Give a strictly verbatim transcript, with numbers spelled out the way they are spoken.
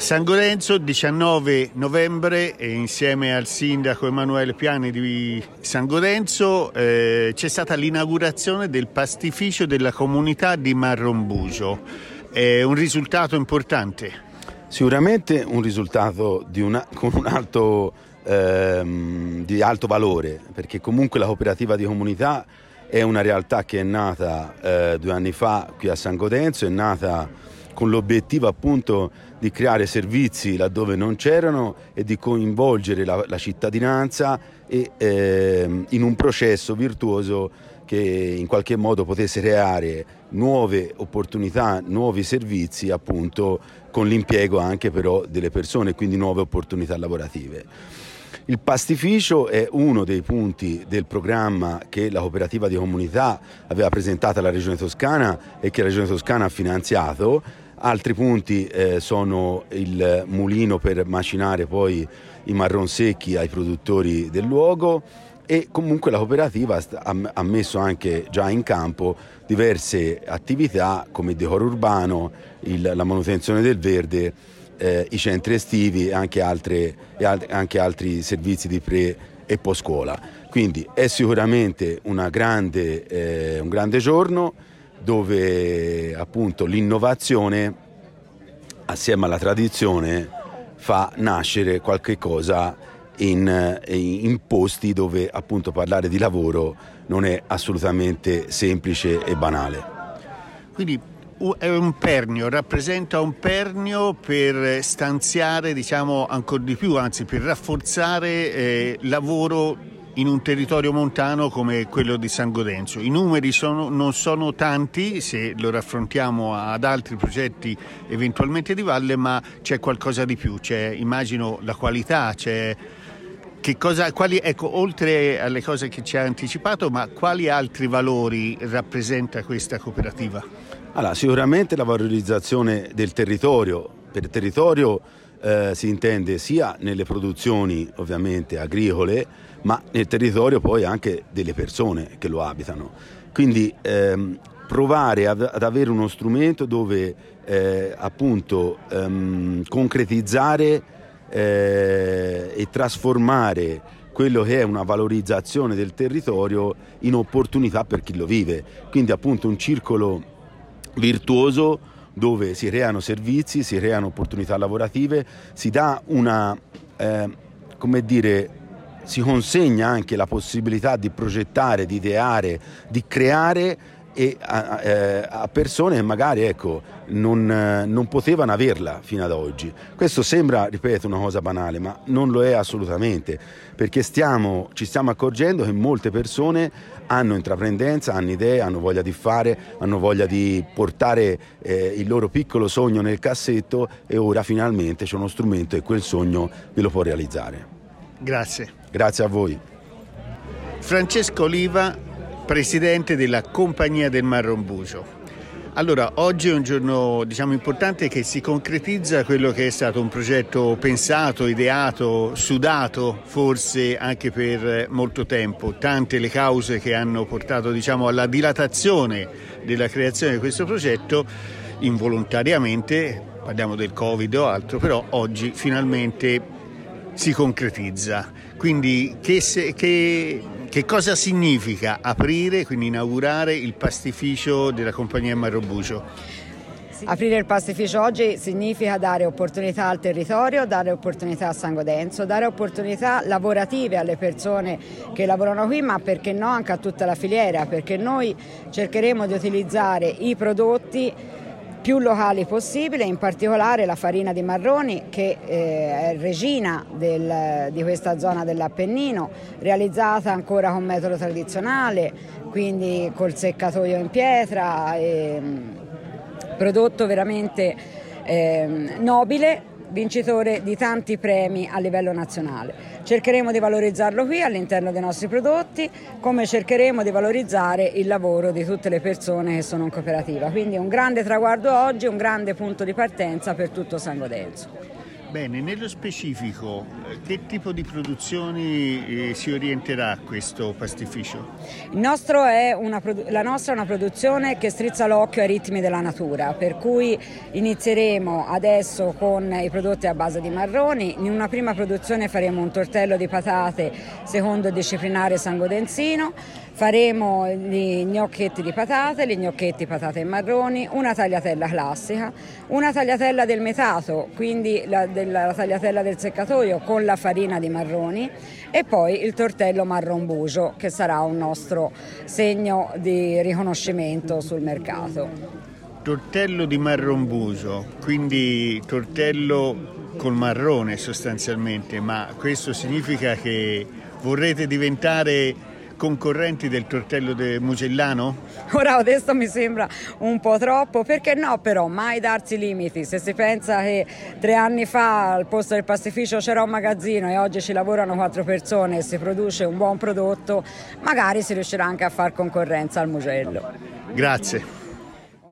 San Gorenzo, diciannove novembre, e insieme al sindaco Emanuele Piani di San Gorenzo eh, c'è stata l'inaugurazione del pastificio della comunità di Marronbugio. È un risultato importante. Sicuramente un risultato di una, con un alto, ehm, di alto valore, perché comunque la cooperativa di comunità è una realtà che è nata eh, due anni fa qui a San Gorenzo, è nata con l'obiettivo appunto di creare servizi laddove non c'erano e di coinvolgere la, la cittadinanza e, eh, in un processo virtuoso che in qualche modo potesse creare nuove opportunità, nuovi servizi appunto con l'impiego anche però delle persone, quindi nuove opportunità lavorative. Il pastificio è uno dei punti del programma che la cooperativa di comunità aveva presentato alla Regione Toscana e che la Regione Toscana ha finanziato. Altri punti eh, sono il mulino per macinare poi i marron secchi ai produttori del luogo e comunque la cooperativa ha messo anche già in campo diverse attività come il decoro urbano, il, la manutenzione del verde, eh, i centri estivi e anche, altre, e al, anche altri servizi di pre e post scuola. Quindi è sicuramente una grande, eh, un grande giorno dove appunto l'innovazione assieme alla tradizione fa nascere qualche cosa in, in posti dove appunto parlare di lavoro non è assolutamente semplice e banale. Quindi è un pernio, rappresenta un pernio per stanziare diciamo ancora di più, anzi per rafforzare eh, lavoro in un territorio montano come quello di San Gorenzo. I numeri sono, non sono tanti se lo raffrontiamo ad altri progetti eventualmente di valle, ma c'è qualcosa di più, c'è immagino la qualità, c'è che cosa, quali, ecco, oltre alle cose che ci ha anticipato, ma quali altri valori rappresenta questa cooperativa? Allora, sicuramente la valorizzazione del territorio. Per territorio eh, si intende sia nelle produzioni ovviamente agricole, ma nel territorio poi anche delle persone che lo abitano. Quindi ehm, provare ad, ad avere uno strumento dove eh, appunto ehm, concretizzare eh, e trasformare quello che è una valorizzazione del territorio in opportunità per chi lo vive. Quindi appunto un circolo virtuoso dove si creano servizi, si creano opportunità lavorative, si dà una, eh, come dire, si consegna anche la possibilità di progettare, di ideare, di creare e a, a persone che magari ecco, non, non potevano averla fino ad oggi. Questo sembra, ripeto, una cosa banale, ma non lo è assolutamente, perché stiamo, ci stiamo accorgendo che molte persone hanno intraprendenza, hanno idee, hanno voglia di fare, hanno voglia di portare eh, il loro piccolo sogno nel cassetto e ora finalmente c'è uno strumento e quel sogno ve lo può realizzare. Grazie. Grazie a voi. Francesco Oliva, presidente della Compagnia del Marronbugio. Allora, oggi è un giorno diciamo importante che si concretizza quello che è stato un progetto pensato, ideato, sudato forse anche per molto tempo. Tante le cause che hanno portato diciamo alla dilatazione della creazione di questo progetto involontariamente, parliamo del Covid o altro, però oggi finalmente si concretizza. Quindi che, se, che, che cosa significa aprire, quindi inaugurare il pastificio della Compagnia Marronbugio? Aprire il pastificio oggi significa dare opportunità al territorio, dare opportunità a San Gorenzo, dare opportunità lavorative alle persone che lavorano qui, ma perché no anche a tutta la filiera, perché noi cercheremo di utilizzare i prodotti più locali possibile, in particolare la farina di marroni che eh, è regina del, di questa zona dell'Appennino, realizzata ancora con metodo tradizionale, quindi col seccatoio in pietra, e, prodotto veramente eh, nobile, vincitore di tanti premi a livello nazionale. Cercheremo di valorizzarlo qui all'interno dei nostri prodotti, come cercheremo di valorizzare il lavoro di tutte le persone che sono in cooperativa. Quindi un grande traguardo oggi, un grande punto di partenza per tutto San Gorenzo. Bene, nello specifico, che tipo di produzioni eh, si orienterà questo pastificio? Il nostro è una, la nostra è una produzione che strizza l'occhio ai ritmi della natura, per cui inizieremo adesso con i prodotti a base di marroni. In una prima produzione faremo un tortello di patate secondo il disciplinare sangodenzino, faremo gli gnocchetti di patate, gli gnocchetti patate e marroni, una tagliatella classica, una tagliatella del metato, quindi la, della, la tagliatella del seccatoio con la farina di marroni, e poi il tortello marron bugio, che sarà un nostro segno di riconoscimento sul mercato. Tortello di marron bugio, quindi tortello col marrone sostanzialmente, ma questo significa che vorrete diventare concorrenti del tortello de Mugellano? Ora adesso mi sembra un po' troppo, perché no, però mai darsi limiti. Se si pensa che tre anni fa al posto del pastificio c'era un magazzino e oggi ci lavorano quattro persone e si produce un buon prodotto, magari si riuscirà anche a far concorrenza al Mugello. Grazie.